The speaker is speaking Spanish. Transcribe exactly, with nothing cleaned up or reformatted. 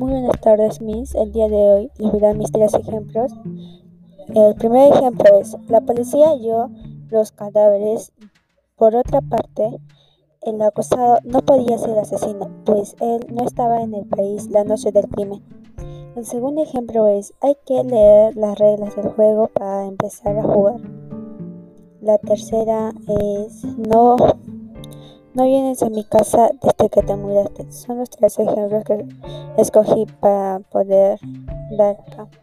Muy buenas tardes, Miss. El día de hoy les voy a dar mis tres ejemplos. El primer ejemplo es: la policía halló los cadáveres. Por otra parte, el acusado no podía ser asesino, pues él no estaba en el país la noche del crimen. El segundo ejemplo es: hay que leer las reglas del juego para empezar a jugar. La tercera es: no, no vienes a mi casa desde que te mudaste. Son los tres ejemplos que escogí para poder dar acá.